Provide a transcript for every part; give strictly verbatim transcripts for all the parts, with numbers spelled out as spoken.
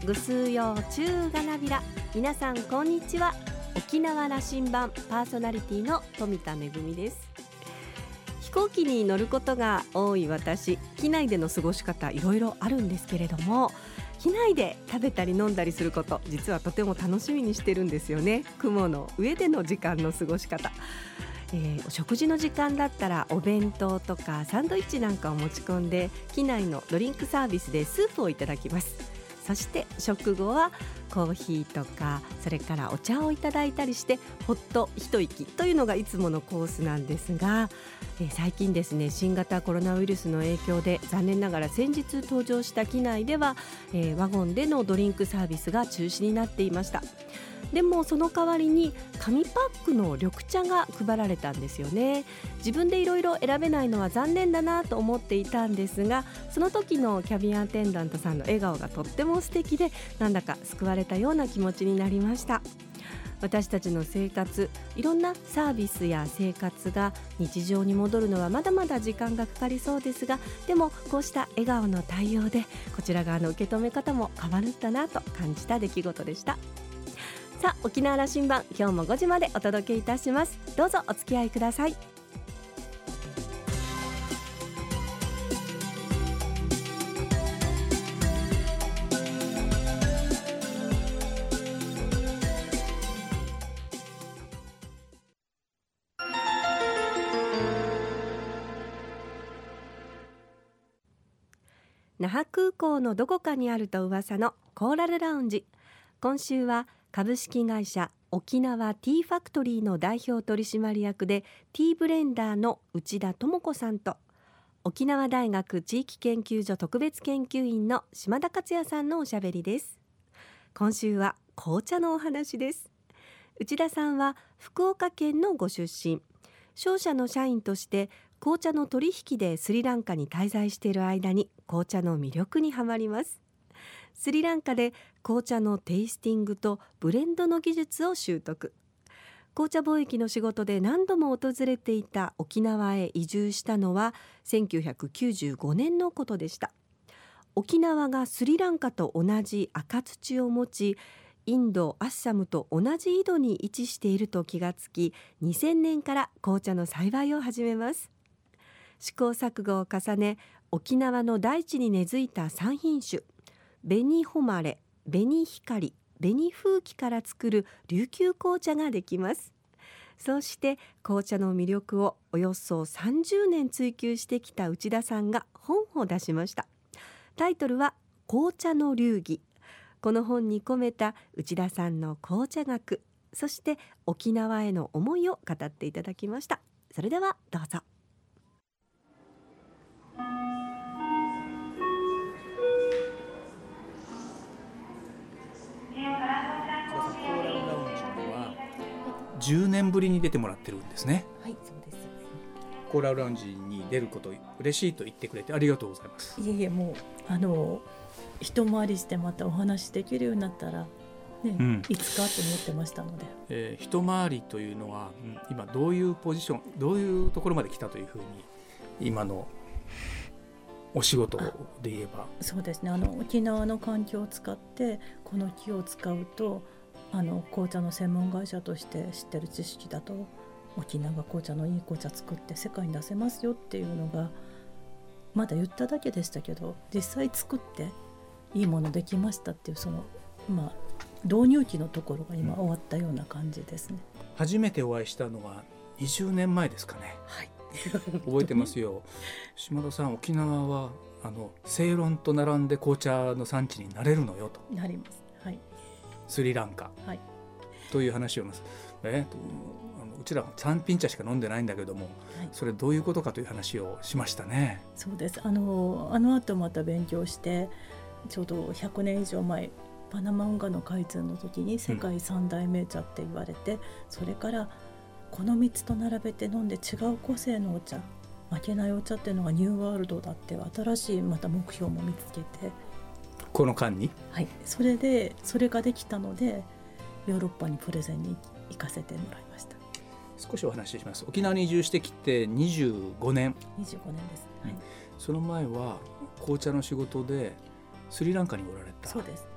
ぐすうようちゅうがなびら。皆さんこんにちは。沖縄羅針盤パーソナリティの富田恵です。飛行機に乗ることが多い私、機内での過ごし方いろいろあるんですけれども、機内で食べたり飲んだりすること、実はとても楽しみにしてるんですよね。雲の上での時間の過ごし方、えー、お食事の時間だったらお弁当とかサンドイッチなんかを持ち込んで、機内のドリンクサービスでスープをいただきます。そして食後はコーヒーとか、それからお茶をいただいたりして、ほっと一息というのがいつものコースなんですが、えー、最近ですね、新型コロナウイルスの影響で残念ながら先日登場した機内では、えー、ワゴンでのドリンクサービスが中止になっていました。でもその代わりに紙パックの緑茶が配られたんですよね。自分でいろいろ選べないのは残念だなと思っていたんですが、その時のキャビンアテンダントさんの笑顔がとっても素敵で、なんだか救われたような気持ちになりました。私たちの生活、いろんなサービスや生活が日常に戻るのはまだまだ時間がかかりそうですが、でもこうした笑顔の対応でこちら側の受け止め方も変わるんだなと感じた出来事でした。さあ、沖縄羅針盤、今日もごじまでお届けいたします。どうぞお付き合いください。那覇空港のどこかにあると噂のコーラルラウンジ。今週は株式会社沖縄ティーファクトリーの代表取締役でティーブレンダーの内田智子さんと、沖縄大学地域研究所特別研究員の島田克也さんのおしゃべりです。今週は紅茶のお話です。内田さんは福岡県のご出身、商社の社員として紅茶の取引でスリランカに滞在している間に紅茶の魅力にはまります。スリランカで紅茶のテイスティングとブレンドの技術を習得。紅茶貿易の仕事で何度も訪れていた沖縄へ移住したのはせんきゅうひゃくきゅうじゅうごねんのことでした。沖縄がスリランカと同じ赤土を持ち、インド・アッサムと同じ緯度に位置していると気がつき、にせんねんから紅茶の栽培を始めます。試行錯誤を重ね、沖縄の大地に根付いたさん品種、紅誉れ、紅光、紅風紀から作る琉球紅茶ができます。そして紅茶の魅力をおよそさんじゅうねん追求してきた内田さんが本を出しました。タイトルは紅茶の流儀。この本に込めた内田さんの紅茶学、そして沖縄への思いを語っていただきました。それではどうぞ。 じゅうねんぶりに出てもらってるんですね。 はい、そうです。 コーラルラウンジに出ること嬉しいと言ってくれてありがとうございます。 いえいえ、もうあの一回りしてまたお話できるようになったら、ね、うん、いつかと思ってましたので、 えー、一回りというのは、うん、今どういうポジション、どういうところまで来たというふうに今のお仕事で言えば。 そうですね、あの沖縄の環境を使ってこの木を使うと、あの紅茶の専門会社として知ってる知識だと、沖縄紅茶のいい紅茶作って世界に出せますよっていうのがまだ言っただけでしたけど、実際作っていいものできましたっていう、その、まあ、導入期のところが今終わったような感じですね。 初めてお会いしたのはにじゅうねんまえですかね。 はい覚えてますよ。島田さん、沖縄はあのセイロンと並んで紅茶の産地になれるのよと。 なります、はい、 スリランカ、 はい、 という話をます、えー、あのうちらさん品茶しか飲んでないんだけども、はい、それどういうことかという話をしましたね。 そうです。あのあの後また勉強して、ちょうどひゃくねん以上前、パナマ運河の開通の時に世界三大銘茶って言われて、うん、それからこのみっつと並べて飲んで違う個性のお茶、負けないお茶っていうのがニューワールドだって、新しいまた目標も見つけて、 この間に、 はい、それでそれができたのでヨーロッパにプレゼンに行かせてもらいました。 少しお話しします。沖縄に移住してきてにじゅうごねん。 にじゅうごねんです、はい、 その前は紅茶の仕事でスリランカにおられた。 そうです。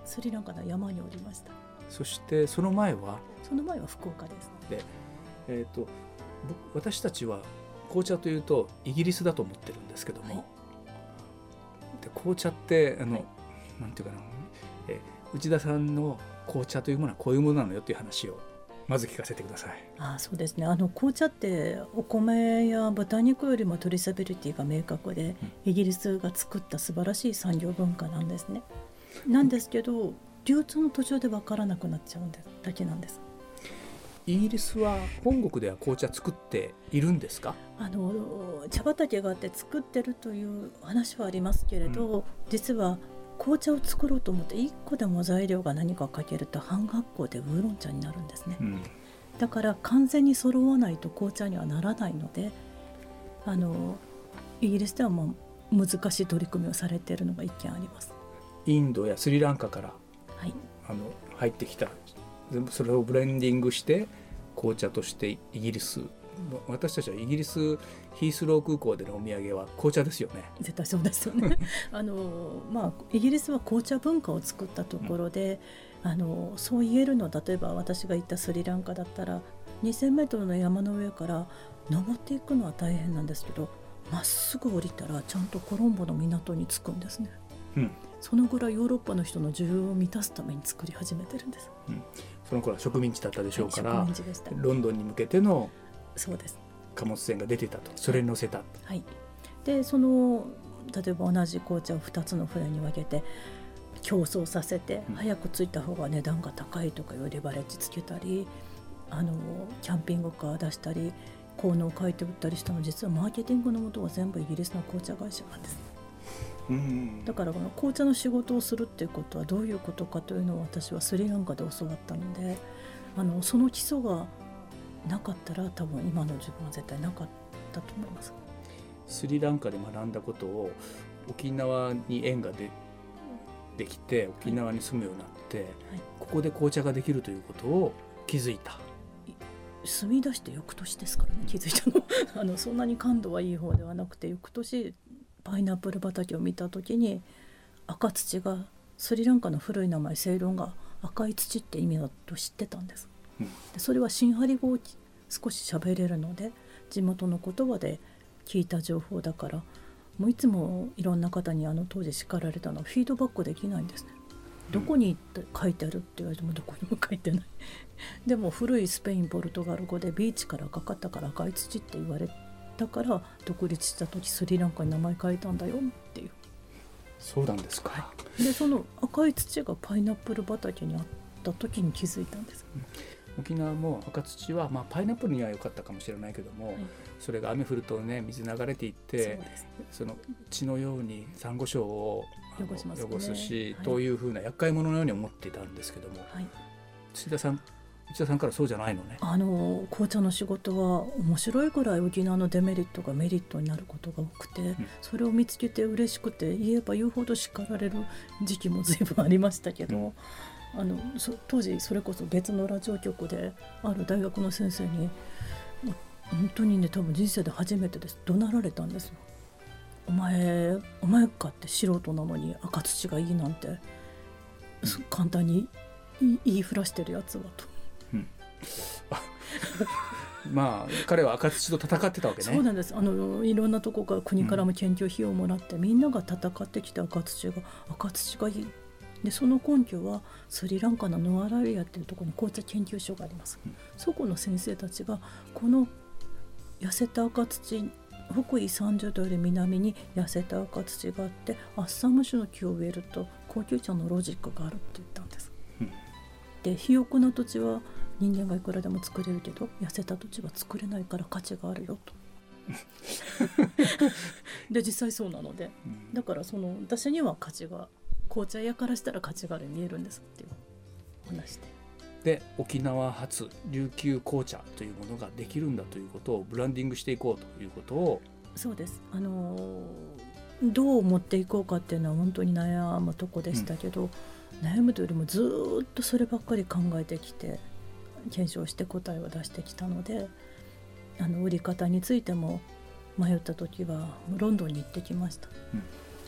スリランカの山におりました。 そしてその前はその前は福岡です。 で、えー、と私たちは紅茶というとイギリスだと思ってるんですけども、はい、で紅茶ってあの、はい、なんていうかな、え内田さんの紅茶というものはこういうものなのよという話をまず聞かせてください。 ああ、そうですね。あの紅茶ってお米や豚肉よりもトレーサビリティが明確で、うん、イギリスが作った素晴らしい産業文化なんですね。なんですけど流通の途中で分からなくなっちゃうんだけなんです。 イギリスは本国では紅茶作っているんですか？ あの茶畑があって作ってるという話はありますけれど、うん、実は紅茶を作ろうと思っていっこでも材料が何かかけると半発酵でウーロン茶になるんですね、うん、だから完全に揃わないと紅茶にはならないので、あのイギリスではもう難しい取り組みをされているのが一件あります。 インドやスリランカから、 はい、 あの入ってきた全部それをブレンディングして紅茶としてイギリス、私たちはイギリスヒースロー空港でのお土産は紅茶ですよね。 絶対そうですよねあの、まあ、イギリスは紅茶文化を作ったところで、うん、あのそう言えるのは、例えば私が行ったスリランカだったらにせんメートルの山の上から登っていくのは大変なんですけど、まっすぐ降りたらちゃんとコロンボの港に着くんですね、うん、そのぐらいヨーロッパの人の需要を満たすために作り始めてるんです、うん、 その頃は植民地だったでしょうから、 はい、植民地でした。 ロンドンに向けてのそうです貨物船が出ていたと、それに乗せた、 はいはい、でその例えば同じ紅茶をふたつの船に分けて競争させて、うん、早く着いた方が値段が高いとかいうレバレッジつけたり、あのキャンピングカー出したり効能を書いて売ったりしたの、実はマーケティングの元は全部イギリスの紅茶会社なんです、うん、だからこの紅茶の仕事をするっていうことはどういうことかというのを私はスリランカで教わったので、あのその基礎がなかったら多分今の自分は絶対なかったと思います。 スリランカで学んだことを沖縄に縁が で, できて沖縄に住むようになって、はいはい、ここで紅茶ができるということを気づいた。 住み出して翌年ですからね、気づいたのあのそんなに感度はいい方ではなくて、翌年パイナップル畑を見た時に赤土がスリランカの古い名前セイロンが赤い土って意味だと知ってたんです、うん、でそれはシンハリ語を少し喋れるので地元の言葉で聞いた情報だから、もういつもいろんな方にあの当時叱られたのはフィードバックできないんですね。どこに書いてあるって言われてもどこにも書いてないでも古いスペインポルトガル語でビーチから赤かったから赤い土って言われたから独立した時スリランカに名前変えたんだよっていう。 そうなんですか。 でその赤い土がパイナップル畑にあった時に気づいたんです、うん、 沖縄も赤土は、まあ、パイナップルには良かったかもしれないけども、はい、それが雨降るとね水流れていって そ, その血のようにサンゴ礁を汚しますね、 汚すし、 はい、 というふうな厄介者のように思っていたんですけども、はい、土田さん内田さんからそうじゃないのね。 あの紅茶の仕事は面白いぐらい沖縄のデメリットがメリットになることが多くて、うん、それを見つけて嬉しくて言えば言うほど叱られる時期も随分ありましたけど、うんあの当時それこそ別のラジオ局である大学の先生に本当にね多分人生で初めてです怒鳴られたんですよ。お前お前かって素人なのに赤土がいいなんて、うん、簡単に言いふらしてるやつはと、うん、 まあ彼は赤土と戦ってたわけね。 そうなんです。あのいろんなとこから国からも研究費用をもらって、うん、みんなが戦ってきた赤土が赤土がいいで、その根拠はスリランカのノアラリアっていうところに紅茶研究所があります、うん、そこの先生たちがこの痩せた赤土北緯さんじゅうどより南に痩せた赤土があってアッサム種の木を植えると高級茶のロジックがあるって言ったんです、うん、で肥沃な土地は人間がいくらでも作れるけど痩せた土地は作れないから価値があるよとで実際そうなので、うん、だからその私には価値が紅茶屋からしたら価値があるように見えるんですっていう話で、 で沖縄発琉球紅茶というものができるんだということをブランディングしていこうということを。 そうです。あのどう持っていこうかっていうのは本当に悩むとこでしたけど、うん、悩むというよりもずっとそればっかり考えてきて検証して答えを出してきたので、あの売り方についても迷った時はロンドンに行ってきました、 うん、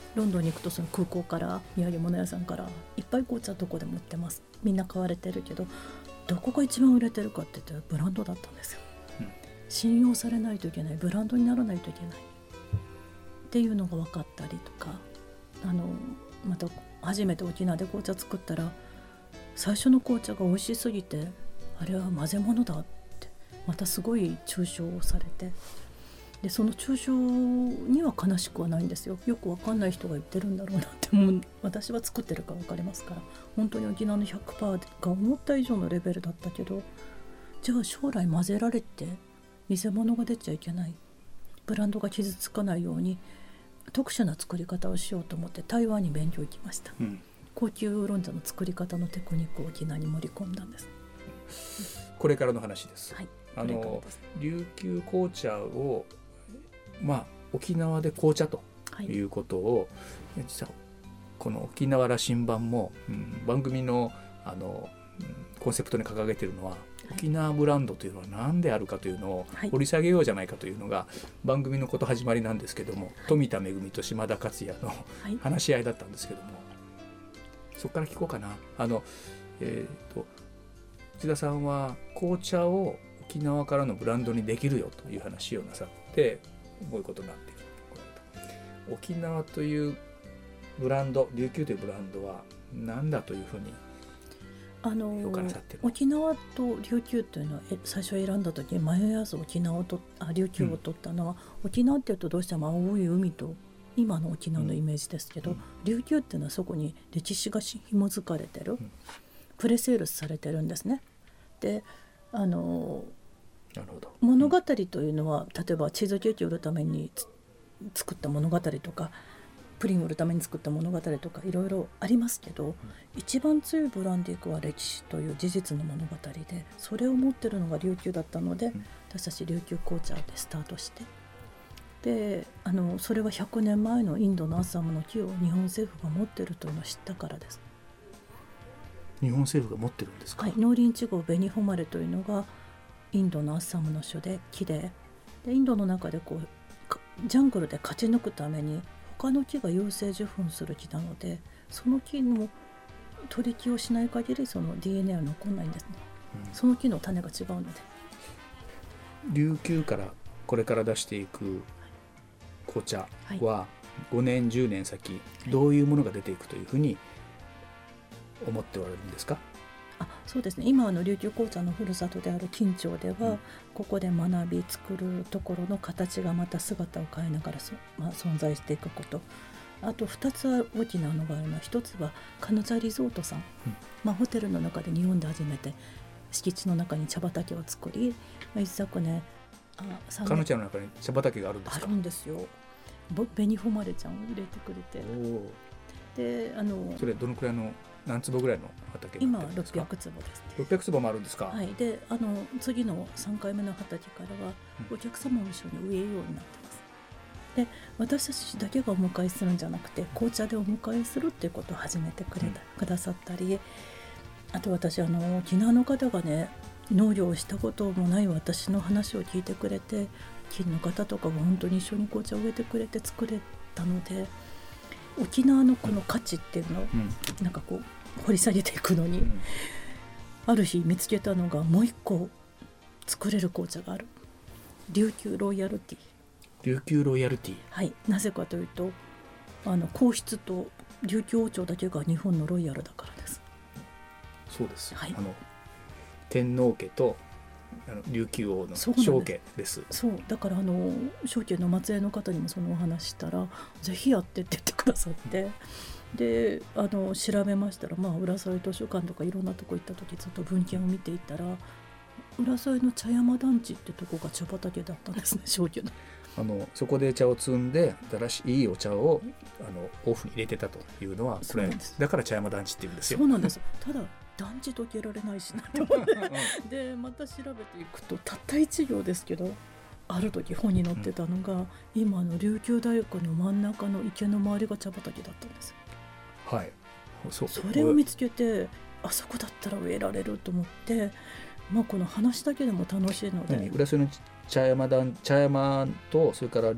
ロンドンに行くとその空港から土産物屋さんからいっぱい紅茶どこでも売ってます。みんな買われてるけど、どこが一番売れてるかって言ったらブランドだったんですよ、うん、信用されないといけない、ブランドにならないといけないっていうのが分かったりとか、あのまた初めて沖縄で紅茶作ったら最初の紅茶が美味しすぎて、あれは混ぜ物だってまたすごい中傷をされて、でその中傷には悲しくはないんですよ。よく分かんない人が言ってるんだろうなって、もう私は作ってるから分かりますから、本当に沖縄の ひゃくパーセント が思った以上のレベルだったけど、じゃあ将来混ぜられて偽物が出ちゃいけない、ブランドが傷つかないように特殊な作り方をしようと思って台湾に勉強行きました、うん、高級ウーロン茶の作り方のテクニックを沖縄に盛り込んだんです。 これからの話です、 はい、 あの琉球紅茶をまあ、沖縄で紅茶ということを、はい、実はこの沖縄羅針盤も、うん、番組 の, あの、うん、コンセプトに掲げているのは、はい、沖縄ブランドというのは何であるかというのを掘り下げようじゃないかというのが番組のこと始まりなんですけども、はい、富田恵と島田克也の話し合いだったんですけども、はい、そこから聞こうかな。あの、えーと、内田さんは紅茶を沖縄からのブランドにできるよという話をなさって、こういうことになってきて、沖縄というブランド、琉球というブランドは何だというふうに評価なさってるの？ 沖縄と琉球というのは最初選んだ時に迷わず沖縄をとあ琉球を取ったのは、うん、沖縄っていうとどうしても青い海と今の沖縄のイメージですけど、うん、琉球っていうのはそこに歴史が紐づかれてる、うん、プレセールスされてるんですね。で、あのなるほど、 物語というのは、例えばチーズケーキを売るために作った物語とかプリンを売るために作った物語とかいろいろありますけど、うん、一番強いブランディングは歴史という事実の物語で、それを持ってるのが琉球だったので、うん、私たち琉球紅茶でスタートして、であのそれはひゃくねんまえのインドのアッサムの木を日本政府が持ってるというのを知ったからです。 日本政府が持ってるんですか？ はい、農林地号紅誉れというのがインドのアッサムの種で木で、でインドの中でこうジャングルで勝ち抜くために他の木が有性受粉する木なので、その木の取り木をしない限りその ディーエヌエー は残らないんですね、うん、その木の種が違うので。 琉球からこれから出していく紅茶はごねんじゅうねん先、どういうものが出ていくというふうに思っておられるんですか？ あ、そうですね、今あの琉球紅茶のふるさとである金武町では、うん、ここで学び作るところの形がまた姿を変えながらそ、まあ、存在していくこと、あとふたつは大きなのがあるのは、ひとつはカヌチャリゾートさん、うんまあ、ホテルの中で日本で初めて敷地の中に茶畑を作り、まあ、一昨年あカヌチャの中に茶畑があるんですか？ あるんですよ。紅誉れちゃんを入れてくれて、であのそれどのくらいの何坪ぐらいの畑になってるんですか？ 今ろっぴゃくつぼです、ね、 ろっぴゃくつぼもあるんですか？ はい、であの次のさんかいめの畑からはお客様も一緒に植えようになってます、うん、で私たちだけがお迎えするんじゃなくて紅茶でお迎えするっていうことを始めてくれた、うん、くださったり、あと私あの沖縄の方がね、農業をしたこともない私の話を聞いてくれて、金の方とかが本当に一緒に紅茶を植えてくれて作れたので、沖縄のこの価値っていうのをなんかこう掘り下げていくのに、うん、ある日見つけたのがもう一個作れる紅茶がある。琉球ロイヤルティー。 琉球ロイヤルティー、 はい、なぜかというとあの皇室と琉球王朝だけが日本のロイヤルだからです。 そうです、 はい、 あの天皇家とあの琉球王の正家です。 そうだからあの正家の末裔の方にもそのお話したらぜひやってって言ってくださって、うん、であの調べましたら、まあ、浦添図書館とかいろんなとこ行った時ずっと文献を見ていたら、浦添の茶山団地ってとこが茶畑だったんですね、正家の。 あのそこで茶を摘んで新しいいいお茶をあのオフに入れてたというのはこれだから茶山団地っていうんですよ。 そうなんです。ただ団地とけられないしなって思ってでまた調べていくとたったいち行ですけど、ある時本に載ってたのが、うん、今の琉球大学の真ん中の池の周りが茶畑だったんです。 はい、 そ, それを見つけてあそこだったら植えられると思って、まあ、この話だけでも楽しいので、 浦添の茶山団茶山とそれから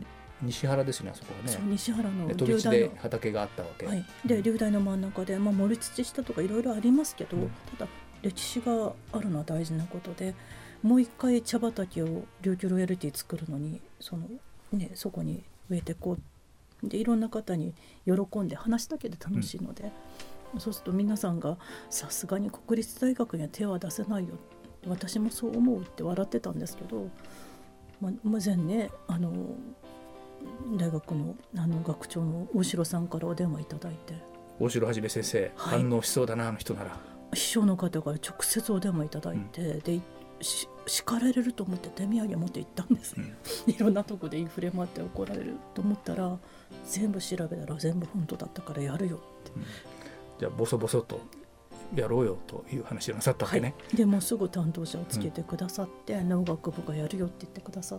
西原ですね、あそこはね。 そう、西原の飛び地で畑があったわけ、 はい、で流大の真ん中で、まあ、盛り土下とかいろいろありますけど、うん、ただ歴史があるのは大事なことで、もう一回茶畑を琉球ロイヤルティ作るのに その、ね、そこに植えていこうで、いろんな方に喜んで話だけで楽しいので、うん、そうすると皆さんがさすがに国立大学には手は出せないよ、私もそう思うって笑ってたんですけど、まあ、無前ね、あの大学 の, あの学長の大城さんからお電話いただいて、 大城はじめ先生、はい、反応しそうだな、あの人なら。 秘書の方から直接お電話いただいて、うん、でし叱られると思って手土産持って行ったんです、うん、いろんなとこでインフレもあって怒られると思ったら、全部調べたら全部本当だったからやるよって、うん、 じゃあボソボソとやろうよという話をなさったわけね、 はい、でもすぐ担当者をつけてくださって、うん、農学部がやるよって言ってくださって、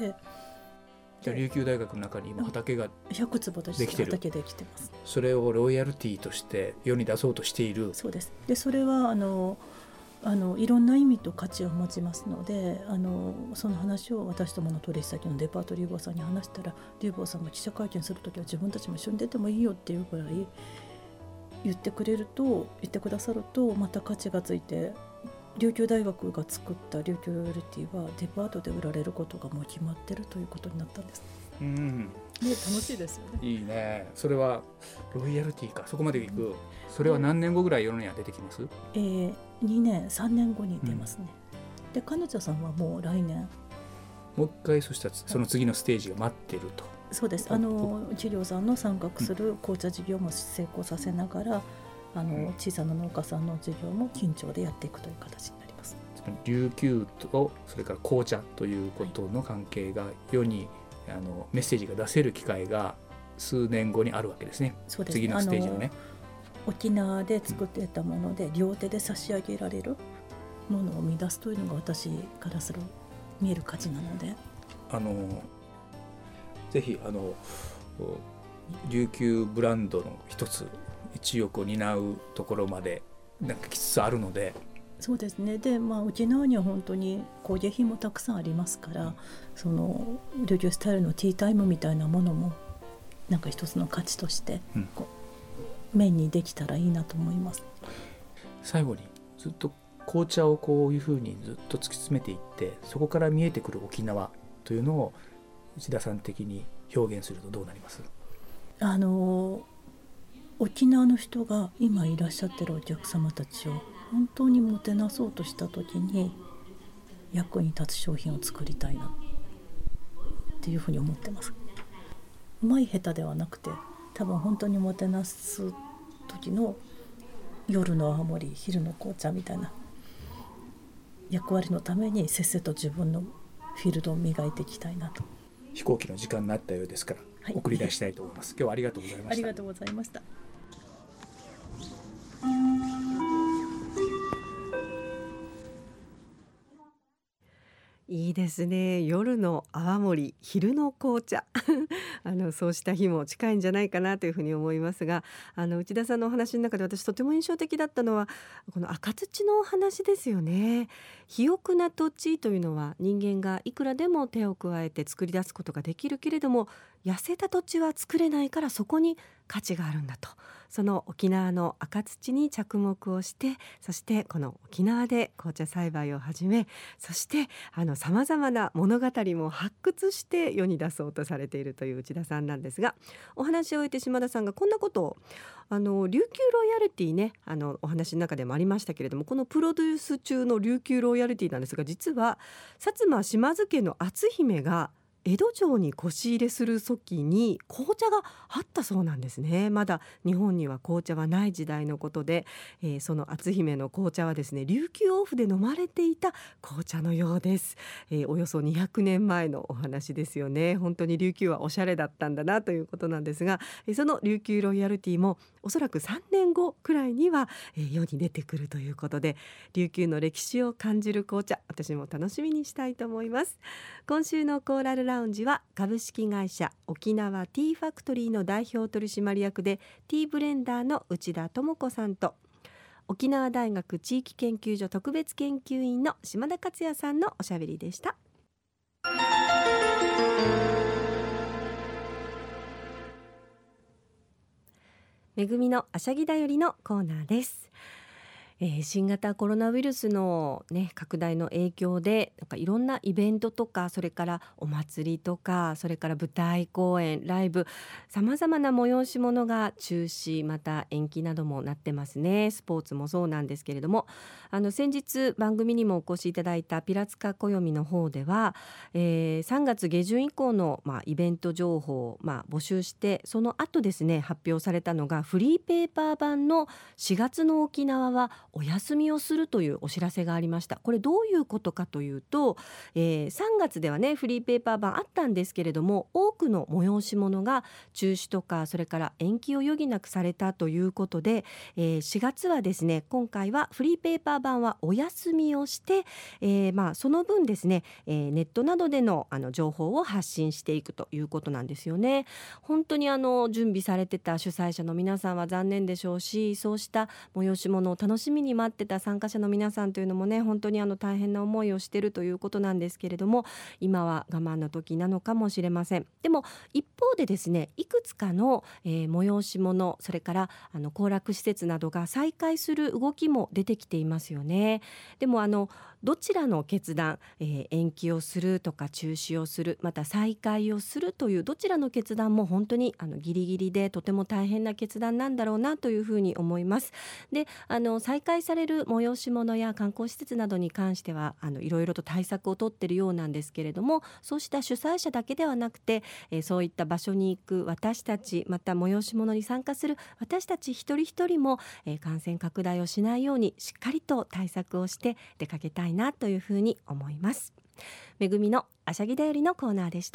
じゃあ琉球大学の中に今畑がひゃくつぼできてる、畑できてます。 それをロイヤルティとして世に出そうとしている。 そうです。でそれはあのあのいろんな意味と価値を持ちますので、あのその話を私どもの取引先のデパートリュウボウさんに話したら、リュウボウさんが記者会見するときは自分たちも一緒に出てもいいよっていうくらい言ってくれると言ってくださると、また価値がついて、琉球大学が作った琉球ロイヤルティはデパートで売られることがもう決まってるということになったんです。うん、ね、楽しいですよね。 いいね。それはロイヤルティか、そこまでいく、うん、それは何年後ぐらい世には出てきます？ えー、にねんさんねんごに出ますね、うん、で彼女さんはもう来年もう一回、そしたらその次のステージが待ってると。 そうです。あの企業さんの参画する紅茶事業も成功させながら、あの小さな農家さんの事業も緊張でやっていくという形になります。 琉球とそれから紅茶ということの関係が世にあのメッセージが出せる機会が数年後にあるわけですね。 そうです。 次のステージのね、 沖縄で作ってたもので、うん、両手で差し上げられるものを生み出すというのが私からする見える価値なので、 あのぜひあの琉球ブランドの一つ一翼を担うところまでなんかきつつあるので。 そうですね。で、まあ、沖縄には本当に工芸品もたくさんありますから、その琉球スタイルのティータイムみたいなものもなんか一つの価値としてこう、うん、面にできたらいいなと思います。 最後にずっと紅茶をこういうふうにずっと突き詰めていって、そこから見えてくる沖縄というのを内田さん的に表現するとどうなります？ あの沖縄の人が今いらっしゃってるお客様たちを本当にもてなそうとした時に役に立つ商品を作りたいなっていうふうに思ってます。うまい下手ではなくて、多分本当にもてなす時の夜の青森、昼の紅茶みたいな役割のためにせっせと自分のフィールドを磨いていきたいなと。 飛行機の時間になったようですから、はい、送り出したいと思います。今日はありがとうございました。 ありがとうございました。 いいですね。夜の泡盛、昼の紅茶あのそうした日も近いんじゃないかなというふうに思いますが、あの内田さんのお話の中で私とても印象的だったのはこの赤土のお話ですよね。肥沃な土地というのは人間がいくらでも手を加えて作り出すことができるけれども、痩せた土地は作れないから、そこに価値があるんだと。その沖縄の赤土に着目をして、そしてこの沖縄で紅茶栽培を始め、そしてあのさまざまな物語も発掘して世に出そうとされているという内田さんなんですが、お話を終えて島田さんがこんなことを、あの琉球ロイヤルティね、あのお話の中でもありましたけれども、このプロデュース中の琉球ロイヤルティなんですが、実は薩摩島津家の篤姫が江戸城にこし入れする時に紅茶があったそうなんですね。まだ日本には紅茶はない時代のことで、えー、その篤姫の紅茶はですね、琉球王府で飲まれていた紅茶のようです、えー、およそにひゃくねんまえのお話ですよね。本当に琉球はおしゃれだったんだなということなんですが、えー、その琉球ロイヤルティもおそらくさんねんごくらいには、えー、世に出てくるということで、琉球の歴史を感じる紅茶、私も楽しみにしたいと思います。今週のコーラルラウンジは株式会社沖縄ティーファクトリーの代表取締役でティーブレンダーの内田智子さんと、沖縄大学地域研究所特別研究員の島田克也さんのおしゃべりでした。 めぐみのあしゃぎだよりのコーナーです。えー、新型コロナウイルスの、ね、拡大の影響でなんかいろんなイベントとか、それからお祭りとか、それから舞台公演、ライブ、さまざまな催し物が中止また延期などもなってますね。スポーツもそうなんですけれども、あの先日番組にもお越しいただいたピラツカ暦の方では、えー、さんがつげじゅん以降の、まあ、イベント情報を、まあ、募集して、その後ですね発表されたのがフリーペーパー版のしがつの沖縄はお休みをするというお知らせがありました。これどういうことかというと、えー、さんがつではねフリーペーパー版あったんですけれども、多くの催し物が中止とかそれから延期を余儀なくされたということで、えー、しがつはですね今回はフリーペーパー版はお休みをして、えーまあ、その分ですね、えー、ネットなどでの、あの情報を発信していくということなんですよね。本当にあの準備されてた主催者の皆さんは残念でしょうし、そうした催し物を楽しみに待ってた参加者の皆さんというのもね、本当にあの大変な思いをしているということなんですけれども、今は我慢の時なのかもしれません。でも一方でですね、いくつかの、えー、催し物、それからあの行楽施設などが再開する動きも出てきていますよね。でもあのどちらの決断、えー、延期をするとか中止をする、また再開をするというどちらの決断も本当にあのギリギリでとても大変な決断なんだろうなというふうに思います。で、あの再開される催し物や観光施設などに関してはあのいろいろと対策を取っているようなんですけれども、そうした主催者だけではなくて、えー、そういった場所に行く私たち、また催し物に参加する私たち一人一人も、えー、感染拡大をしないようにしっかりと対策をして出かけたいなというふうに思います。めぐみのあしゃぎだよりのコーナーでした。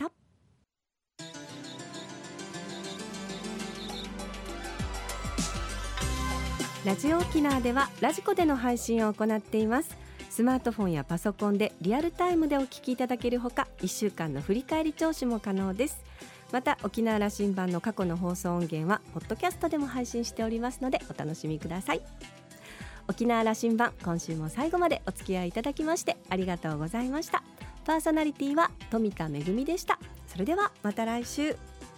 ラジオ沖縄ではラジコでの配信を行っています。スマートフォンやパソコンでリアルタイムでお聞きいただけるほか、いっしゅうかんの振り返り聴取も可能です。また沖縄羅針盤の過去の放送音源はポッドキャストでも配信しておりますのでお楽しみください。沖縄羅針盤、今週も最後までお付き合いいただきましてありがとうございました。パーソナリティは富田恵でした。それではまた来週。